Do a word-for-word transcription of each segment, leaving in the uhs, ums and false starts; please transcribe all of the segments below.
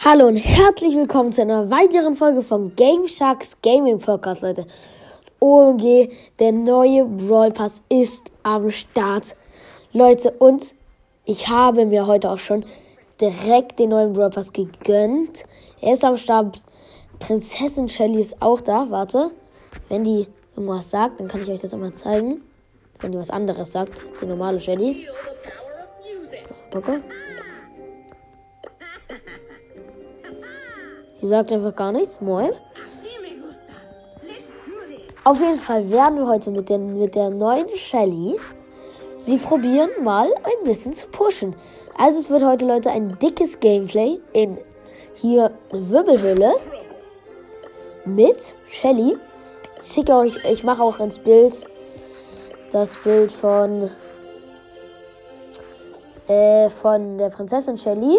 Hallo und herzlich willkommen zu einer weiteren Folge von Game Sharks Gaming Podcast, Leute. O M G, der neue Brawl Pass ist am Start, Leute. Und ich habe mir heute auch schon direkt den neuen Brawl Pass gegönnt. Er ist am Start. Prinzessin Shelly ist auch da. Warte, wenn die irgendwas sagt, dann kann ich euch das einmal zeigen. Wenn die was anderes sagt, ist die normale Shelly. Das ist Poco. Die sagt einfach gar nichts. Moin. Auf jeden Fall werden wir heute mit der, mit der neuen Shelly sie probieren, mal ein bisschen zu pushen. Also es wird heute, Leute, ein dickes Gameplay in hier Wirbelhöhle mit Shelly. Ich schicke euch, ich mache auch ins Bild das Bild von äh, von der Prinzessin Shelly.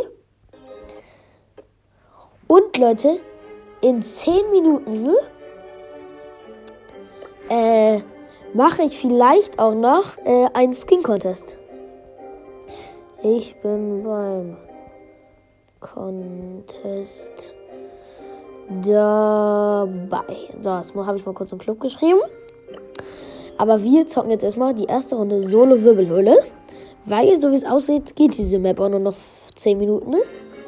Und Leute, in zehn Minuten äh, mache ich vielleicht auch noch äh, einen Skin-Contest. Ich bin beim Contest dabei. So, das habe ich mal kurz im Club geschrieben. Aber wir zocken jetzt erstmal die erste Runde Solo-Wirbelhöhle. Weil, so wie es aussieht, geht diese Map auch nur noch zehn Minuten. Ne?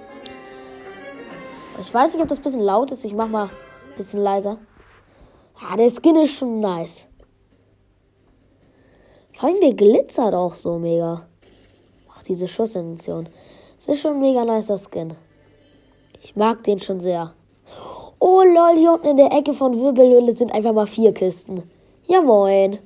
Ich weiß nicht, ob das ein bisschen laut ist. Ich mach mal ein bisschen leiser. Ja, der Skin ist schon nice. Vor allem der glitzert auch so mega. Auch diese Schussintention. Das ist schon ein mega nicer Skin. Ich mag den schon sehr. Oh lol, hier unten in der Ecke von Wirbelhöhle sind einfach mal vier Kisten. Ja moin.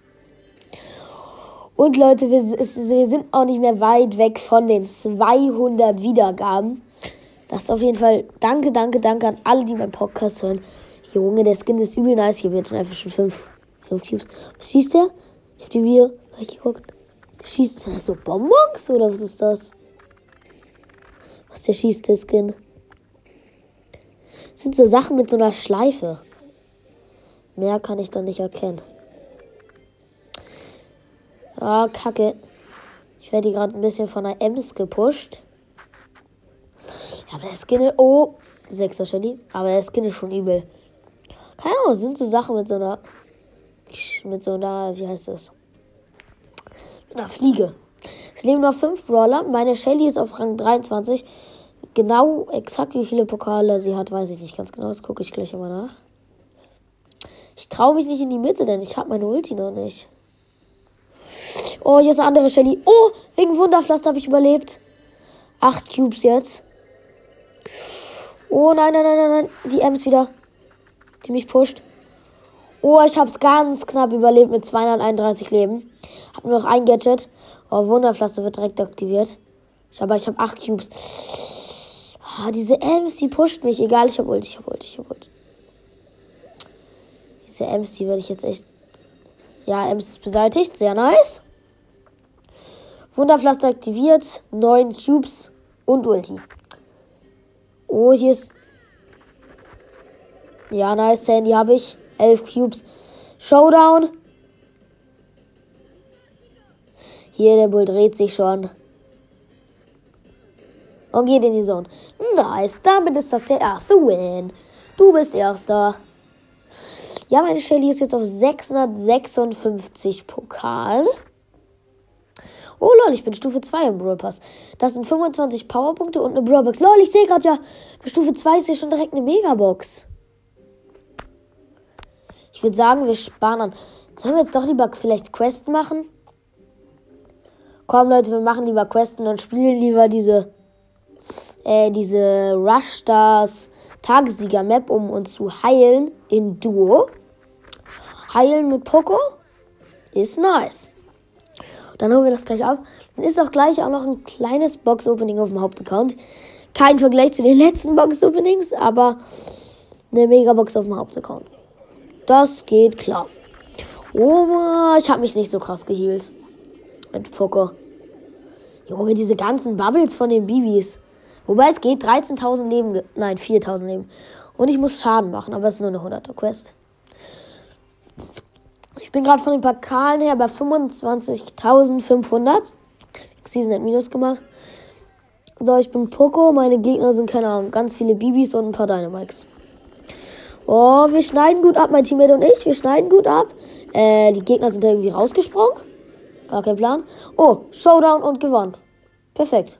Und Leute, wir, wir sind auch nicht mehr weit weg von den zweihundert Wiedergaben. Das ist auf jeden Fall, danke, danke, danke an alle, die meinen Podcast hören. Junge, der Skin ist übel nice. Hier wird schon einfach schon fünf, fünf Cubes. Was schießt der? Ich hab die Video durchgeguckt. Der schießt, das so Bonbons oder was ist das? Was der schießt, der Skin? Das sind so Sachen mit so einer Schleife. Mehr kann ich da nicht erkennen. Ah, kacke. Ich werde hier gerade ein bisschen von der Ems gepusht. Ja, aber der Skin, oh, sechster Shelly, aber der Skin ist schon übel. Keine Ahnung, sind so Sachen mit so einer, mit so einer, wie heißt das? Mit einer Fliege. Es leben noch fünf Brawler, meine Shelly ist auf Rang dreiundzwanzig. Genau, exakt wie viele Pokale sie hat, weiß ich nicht ganz genau, das gucke ich gleich immer nach. Ich traue mich nicht in die Mitte, denn ich habe meine Ulti noch nicht. Oh, hier ist eine andere Shelly. Oh, wegen Wunderpflaster habe ich überlebt. Acht Cubes jetzt. Oh, nein, nein, nein, nein, nein. Die Ems wieder. Die mich pusht. Oh, ich hab's ganz knapp überlebt mit zweihunderteinunddreißig Leben. Hab nur noch ein Gadget. Oh, Wunderpflaster wird direkt aktiviert. Ich aber ich hab acht Cubes. Oh, diese Ems, die pusht mich. Egal, ich hab Ult, ich hab Ult, ich hab Ult. Diese Ems, die werde ich jetzt echt... Ja, Ems ist beseitigt. Sehr nice. Wunderpflaster aktiviert. neun Cubes und Ulti. Oh, hier ist... Ja, nice, Sandy habe ich. elf Cubes. Showdown. Hier, der Bull dreht sich schon. Und geht in die Zone. Nice, damit ist das der erste Win. Du bist Erster. Ja, meine Shelly ist jetzt auf sechshundertsechsundfünfzig Pokal. Oh lol, ich bin Stufe zwei im Brawl Pass. Das sind fünfundzwanzig Powerpunkte und eine Brawlbox. Lol, ich sehe gerade ja, bei Stufe zwei ist hier schon direkt eine Megabox. Ich würde sagen, wir sparen an. Sollen wir jetzt doch lieber vielleicht Questen machen? Komm Leute, wir machen lieber Questen und spielen lieber diese äh, diese Rush Stars Tagessieger Map, um uns zu heilen in Duo. Heilen mit Poco ist nice. Dann holen wir das gleich auf. Dann ist auch gleich auch noch ein kleines Box-Opening auf dem Hauptaccount. Kein Vergleich zu den letzten Box-Openings, aber eine Megabox auf dem Hauptaccount. Das geht klar. Oh, ich habe mich nicht so krass gehealt. Mit Poco. Junge, diese ganzen Bubbles von den Bibis. Wobei es geht, dreizehntausend Leben, ge- nein, viertausend Leben. Und ich muss Schaden machen, aber es ist nur eine hunderter Quest. Ich bin gerade von den Pokalen her bei fünfundzwanzigtausendfünfhundert. Season hat Minus gemacht. So, ich bin Poco. Meine Gegner sind, keine Ahnung, ganz viele Bibis und ein paar Dynamics. Oh, wir schneiden gut ab, mein Teammate und ich. Wir schneiden gut ab. Äh, die Gegner sind da irgendwie rausgesprungen. Gar kein Plan. Oh, Showdown und gewonnen. Perfekt.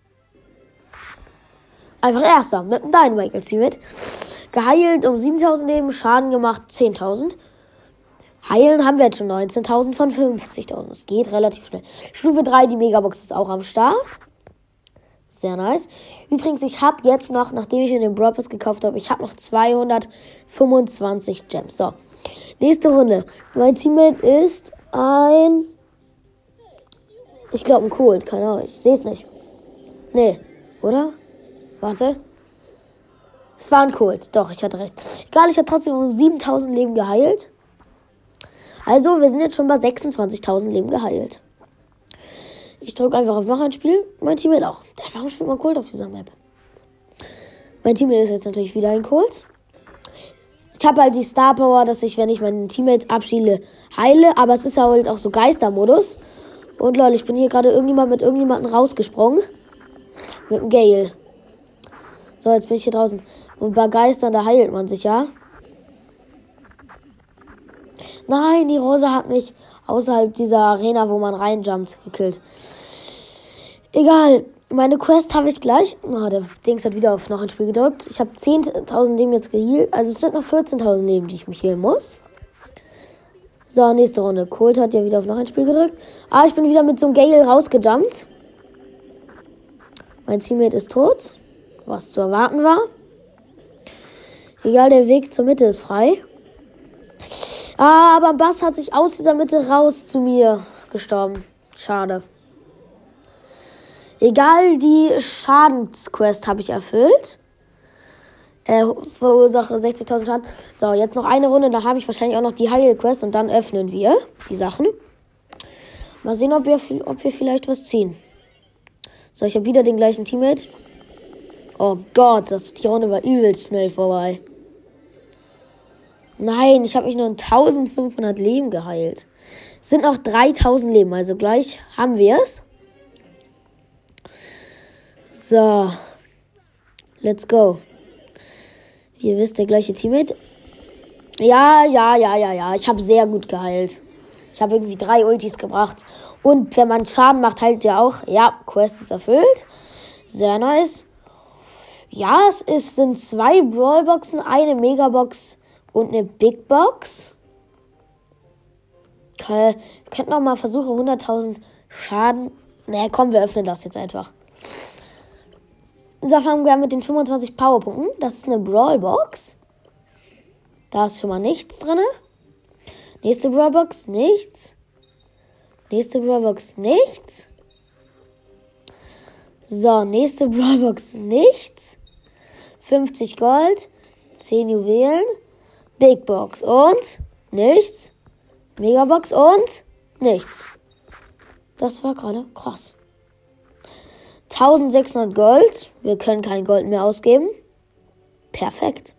Einfach Erster mit einem Dynamite als Teammate. Geheilt um siebentausend Leben, Schaden gemacht zehntausend. Heilen haben wir jetzt schon neunzehntausend von fünfzigtausend. Es geht relativ schnell. Stufe drei, die Megabox ist auch am Start. Sehr nice. Übrigens, ich habe jetzt noch, nachdem ich mir den Brawl Pass gekauft habe, ich habe noch zweihundertfünfundzwanzig Gems. So, nächste Runde. Mein Teammate ist ein... Ich glaube ein Colt, keine Ahnung, ich sehe es nicht. Nee, oder? Warte. Es war ein Colt. Doch, ich hatte recht. Egal, ich habe trotzdem um siebentausend Leben geheilt. Also, wir sind jetzt schon bei sechsundzwanzigtausend Leben geheilt. Ich drücke einfach auf noch ein Spiel. Mein Teammate auch. Warum spielt man Colt auf dieser Map? Mein Teammate ist jetzt natürlich wieder ein Colt. Ich habe halt die Star Power, dass ich, wenn ich meinen Teammates abschiele, heile. Aber es ist halt auch so Geistermodus. Und lol, ich bin hier gerade irgendjemand mit irgendjemandem rausgesprungen. Mit dem Gale. So, jetzt bin ich hier draußen. Und bei Geistern, da heilt man sich, ja? Nein, die Rosa hat mich außerhalb dieser Arena, wo man reinjumpt, gekillt. Egal, meine Quest habe ich gleich. Oh, der Dings hat wieder auf noch ein Spiel gedrückt. Ich habe zehntausend Leben jetzt geheilt. Also es sind noch vierzehntausend Leben, die ich mich healen muss. So, nächste Runde. Colt hat ja wieder auf noch ein Spiel gedrückt. Ah, ich bin wieder mit so einem Gale rausgejumpt. Mein Teammate ist tot. Was zu erwarten war. Egal, der Weg zur Mitte ist frei. Ah, aber Bass hat sich aus dieser Mitte raus zu mir gestorben. Schade. Egal, die Schadensquest habe ich erfüllt. Äh, verursache sechzigtausend Schaden. So, jetzt noch eine Runde, dann habe ich wahrscheinlich auch noch die Heilquest und dann öffnen wir die Sachen. Mal sehen, ob wir, ob wir vielleicht was ziehen. So, ich habe wieder den gleichen Teammate. Oh Gott, das, die Runde war übelst schnell vorbei. Nein, ich habe mich nur in eintausendfünfhundert Leben geheilt. Es sind noch dreitausend Leben, also gleich haben wir es. So. Let's go. Ihr wisst, der gleiche Teammate. Ja, ja, ja, ja, ja. Ich habe sehr gut geheilt. Ich habe irgendwie drei Ultis gebracht. Und wenn man Schaden macht, heilt der auch. Ja, Quest ist erfüllt. Sehr nice. Ja, es ist, sind zwei Brawlboxen, eine Megabox und eine Big Box. Okay. Wir könnten noch mal versuchen, hunderttausend Schaden. Naja, komm, wir öffnen das jetzt einfach. So, fangen wir mit den fünfundzwanzig Powerpunkten. Das ist eine Brawlbox. Da ist schon mal nichts drin. Nächste Brawlbox, nichts. Nächste Brawlbox, nichts. So, nächste Brawlbox, nichts. fünfzig Gold, zehn Juwelen, Big Box und nichts. Megabox und nichts. Das war gerade krass. eintausendsechshundert Gold. Wir können kein Gold mehr ausgeben. Perfekt.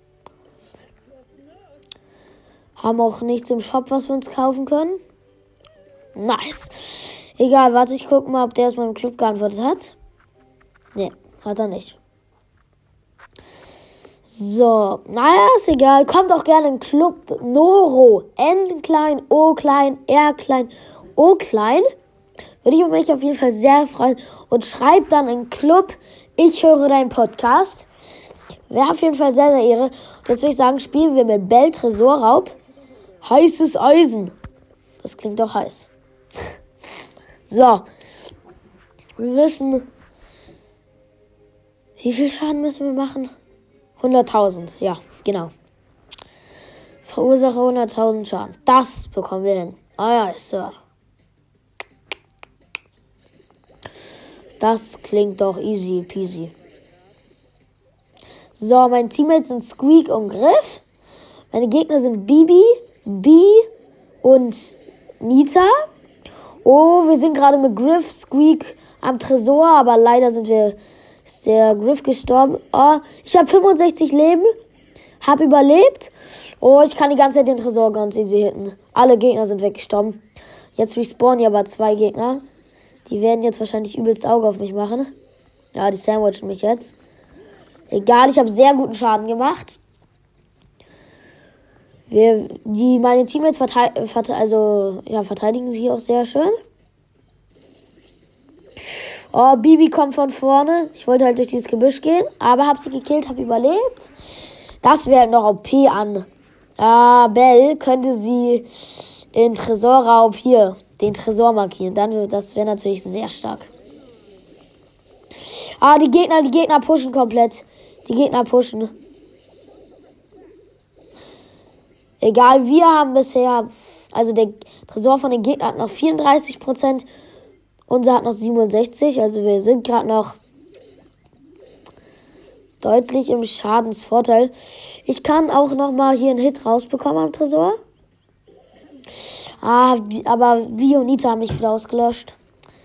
Haben auch nichts im Shop, was wir uns kaufen können. Nice. Egal, warte, ich gucke mal, ob der aus meinem Club geantwortet hat. Nee, hat er nicht. So, naja, ist egal. Kommt auch gerne in Club Noro. N klein, O klein, R klein, O klein. Würde ich mich auf jeden Fall sehr freuen. Und schreibt dann in Club, ich höre deinen Podcast. Wäre auf jeden Fall sehr, sehr Ehre. Und jetzt würde ich sagen, spielen wir mit Bell Tresorraub. Heißes Eisen. Das klingt doch heiß. So. Wir müssen... Wie viel Schaden müssen wir machen? hunderttausend. Ja, genau. Verursache hunderttausend Schaden. Das bekommen wir hin. Ah ja, ist so. Das klingt doch easy peasy. So, meine Teammates sind Squeak und Griff. Meine Gegner sind Bibi, Bee und Nita. Oh, wir sind gerade mit Griff, Squeak am Tresor, aber leider sind wir, ist der Griff gestorben. Oh, ich habe fünfundsechzig Leben, habe überlebt. Oh, ich kann die ganze Zeit den Tresor ganz easy hitten. Alle Gegner sind weggestorben. Jetzt respawnen hier aber zwei Gegner. Die werden jetzt wahrscheinlich übelst Auge auf mich machen. Ja, die sandwichen mich jetzt. Egal, ich habe sehr guten Schaden gemacht. Wir, die, meine Teammates verteid, verte, also, ja, verteidigen sich auch sehr schön. Oh, Bibi kommt von vorne. Ich wollte halt durch dieses Gebüsch gehen, aber habe sie gekillt, habe überlebt. Das wäre noch O P an. Ah, Bell könnte sie in Tresorraub hier den Tresor markieren. Dann, das wäre natürlich sehr stark. Ah, die Gegner, die Gegner pushen komplett. Die Gegner pushen. Egal, wir haben bisher, also der Tresor von den Gegnern hat noch vierunddreißig Prozent. Unser hat noch siebenundsechzig. Also wir sind gerade noch deutlich im Schadensvorteil. Ich kann auch noch mal hier einen Hit rausbekommen am Tresor. Ah, aber Bionita haben mich wieder ausgelöscht.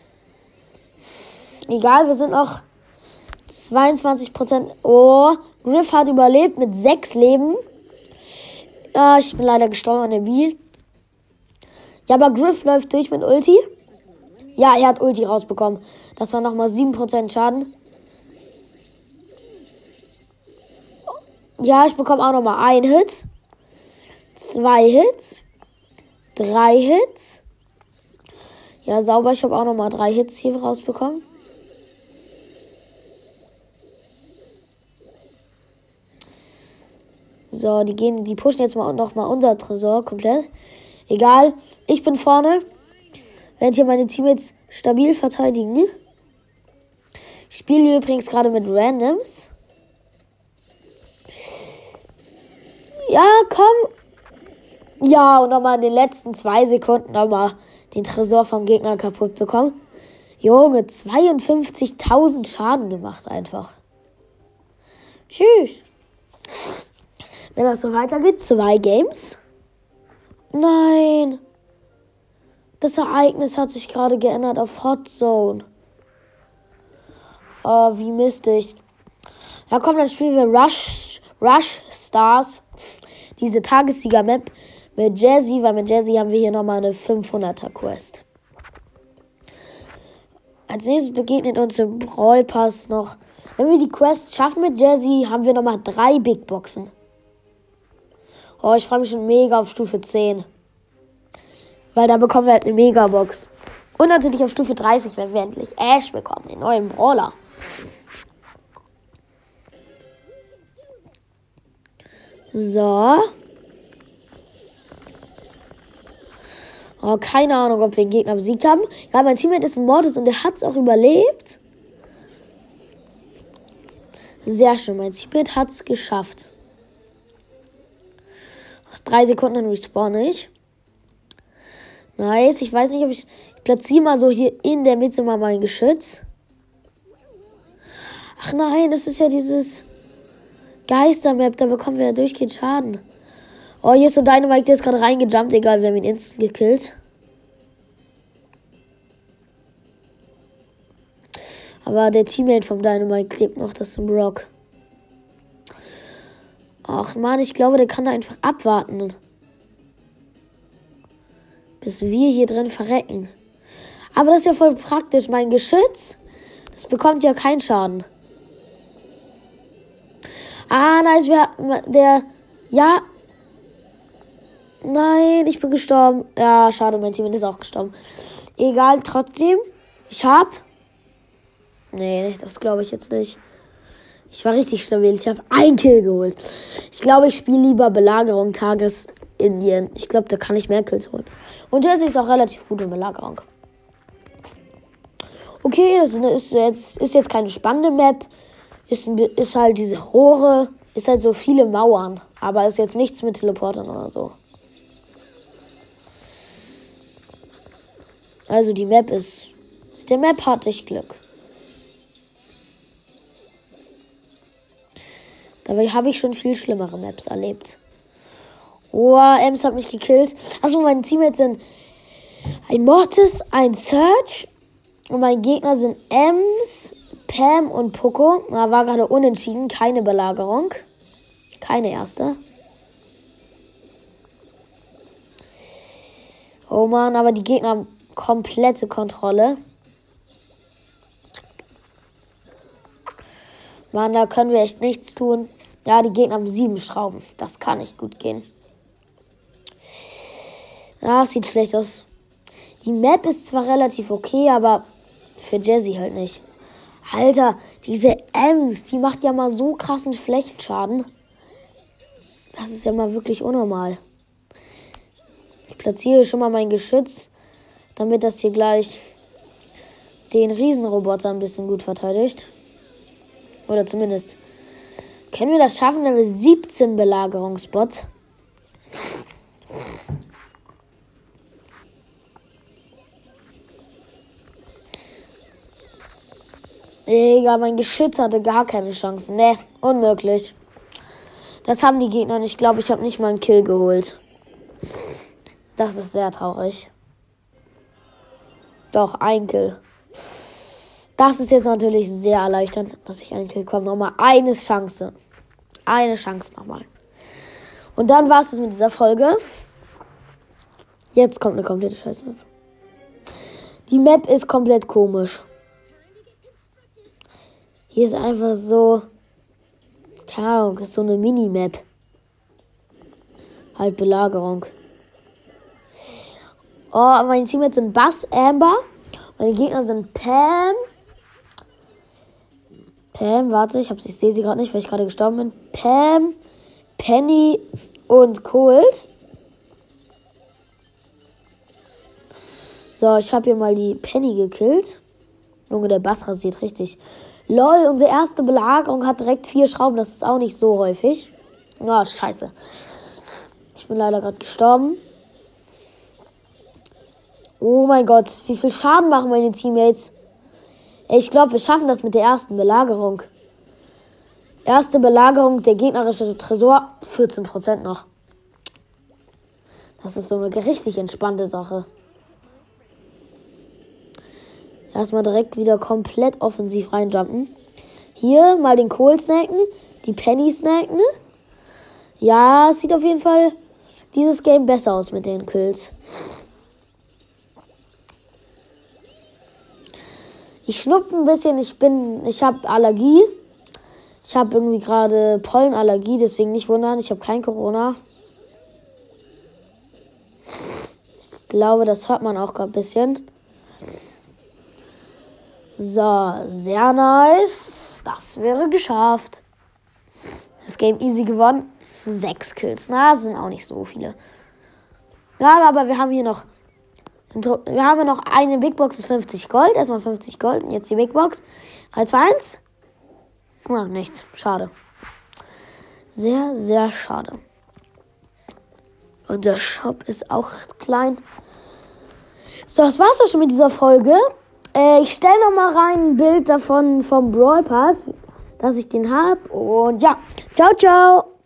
Egal, wir sind noch zweiundzwanzig Prozent. Oh, Griff hat überlebt mit sechs Leben. Ja, ich bin leider gestorben an der B. Ja, aber Griff läuft durch mit Ulti. Ja, er hat Ulti rausbekommen. Das war nochmal sieben Prozent Schaden. Ja, ich bekomme auch nochmal einen Hit. Zwei Hits. Drei Hits. Ja, sauber. Ich habe auch nochmal drei Hits hier rausbekommen. So, die gehen, die pushen jetzt mal noch mal unser Tresor komplett. Egal, ich bin vorne. Während hier meine Teammates stabil verteidigen. Ich spiele übrigens gerade mit Randoms. Ja, komm. Ja, und nochmal in den letzten zwei Sekunden nochmal den Tresor vom Gegner kaputt bekommen. Junge, zweiundfünfzigtausend Schaden gemacht einfach. Tschüss. Wenn das so weitergeht, zwei Games. Nein. Das Ereignis hat sich gerade geändert auf Hot Zone. Oh, wie mistig. Ja, komm, dann spielen wir Rush, Rush Stars. Diese Tagessieger-Map mit Jazzy, weil mit Jazzy haben wir hier nochmal eine fünfhunderter Quest. Als nächstes begegnet uns im Brawl Pass noch, wenn wir die Quest schaffen mit Jazzy, haben wir nochmal drei Big Boxen. Oh, ich freue mich schon mega auf Stufe zehn. Weil da bekommen wir halt eine Megabox. Und natürlich auf Stufe dreißig, wenn wir endlich Ash bekommen, den neuen Brawler. So. Oh, keine Ahnung, ob wir den Gegner besiegt haben. Ja, mein Teammate ist ein Mortis und der hat es auch überlebt. Sehr schön, mein Teammate hat es geschafft. Nach drei Sekunden dann respawne ich. Nice, ich weiß nicht, ob ich... Ich platziere mal so hier in der Mitte mal mein Geschütz. Ach nein, das ist ja dieses Geistermap, da bekommen wir ja durchgehend Schaden. Oh, hier ist so Dynamite, der ist gerade reingejumpt, egal, wir haben ihn instant gekillt. Aber der Teammate vom Dynamite klebt noch, das ist ein Brock. Ach man, ich glaube, der kann da einfach abwarten. Bis wir hier drin verrecken. Aber das ist ja voll praktisch. Mein Geschütz, das bekommt ja keinen Schaden. Ah, nice. Wir, der, ja. Nein, ich bin gestorben. Ja, schade, mein Team ist auch gestorben. Egal, trotzdem. Ich hab. Nee, das glaube ich jetzt nicht. Ich war richtig stabil. Ich habe einen Kill geholt. Ich glaube, ich spiele lieber Belagerung Tages-Indien. Ich glaube, da kann ich mehr Kills holen. Und Jesse ist auch relativ gut in Belagerung. Okay, das ist jetzt, ist jetzt keine spannende Map. Ist, ist halt diese Rohre. Ist halt so viele Mauern. Aber ist jetzt nichts mit Teleportern oder so. Also die Map ist... Der Map hatte ich Glück. Dabei habe ich schon viel schlimmere Maps erlebt. Oh, Ems hat mich gekillt. Achso, meine Teammates sind ein Mortis, ein Search. Und meine Gegner sind Ems, Pam und Poco. Da war gerade unentschieden. Keine Belagerung. Keine erste. Oh Mann, aber die Gegner haben komplette Kontrolle. Mann, da können wir echt nichts tun. Ja, die Gegner haben sieben Schrauben. Das kann nicht gut gehen. Ja, sieht schlecht aus. Die Map ist zwar relativ okay, aber für Jessie halt nicht. Alter, diese Ems, die macht ja mal so krassen Flächenschaden. Das ist ja mal wirklich unnormal. Ich platziere schon mal mein Geschütz, damit das hier gleich den Riesenroboter ein bisschen gut verteidigt. Oder zumindest. Können wir das schaffen, Level siebzehn Belagerungsbot? Egal, mein Geschütz hatte gar keine Chance. Ne, unmöglich. Das haben die Gegner nicht. Ich glaube, ich habe nicht mal einen Kill geholt. Das ist sehr traurig. Doch, ein Kill. Das ist jetzt natürlich sehr erleichternd, dass ich einen Kill komme. Nochmal eine Chance. Eine Chance nochmal. Und dann war es mit dieser Folge. Jetzt kommt eine komplette Scheiß-Map. Die Map ist komplett komisch. Hier ist einfach so, keine Ahnung, ist so eine Minimap. Halt Belagerung. Oh, meine Teammates sind Bass, Amber. Meine Gegner sind Pam. Pam, warte, ich, hab's, ich sehe sie gerade nicht, weil ich gerade gestorben bin. Pam, Penny und Coles. So, ich habe hier mal die Penny gekillt. Junge, der Bass rasiert richtig. Lol, unsere erste Belagerung hat direkt vier Schrauben. Das ist auch nicht so häufig. Ah, oh, scheiße. Ich bin leider gerade gestorben. Oh mein Gott, wie viel Schaden machen meine Teammates? Ich glaube, wir schaffen das mit der ersten Belagerung. Erste Belagerung, der gegnerische Tresor, vierzehn Prozent noch. Das ist so eine richtig entspannte Sache. Erstmal direkt wieder komplett offensiv reinjumpen. Hier mal den Kohl snacken, die Penny snacken. Ja, es sieht auf jeden Fall dieses Game besser aus mit den Kills. Ich schnupfe ein bisschen, ich bin, ich habe Allergie. Ich habe irgendwie gerade Pollenallergie, deswegen nicht wundern, ich habe kein Corona. Ich glaube, das hört man auch gerade ein bisschen. So, sehr nice. Das wäre geschafft. Das Game easy gewonnen. Sechs Kills. Na, das sind auch nicht so viele. Ja, aber wir haben hier noch wir haben hier noch eine Big Box, das ist fünfzig Gold. Erstmal fünfzig Gold und jetzt die Big Box. drei, zwei, eins. Na, nichts. Schade. Sehr, sehr schade. Und der Shop ist auch klein. So, das war's auch schon mit dieser Folge. Äh, ich stelle noch mal rein ein Bild davon vom Brawl Pass, dass ich den habe. Und ja, ciao, ciao.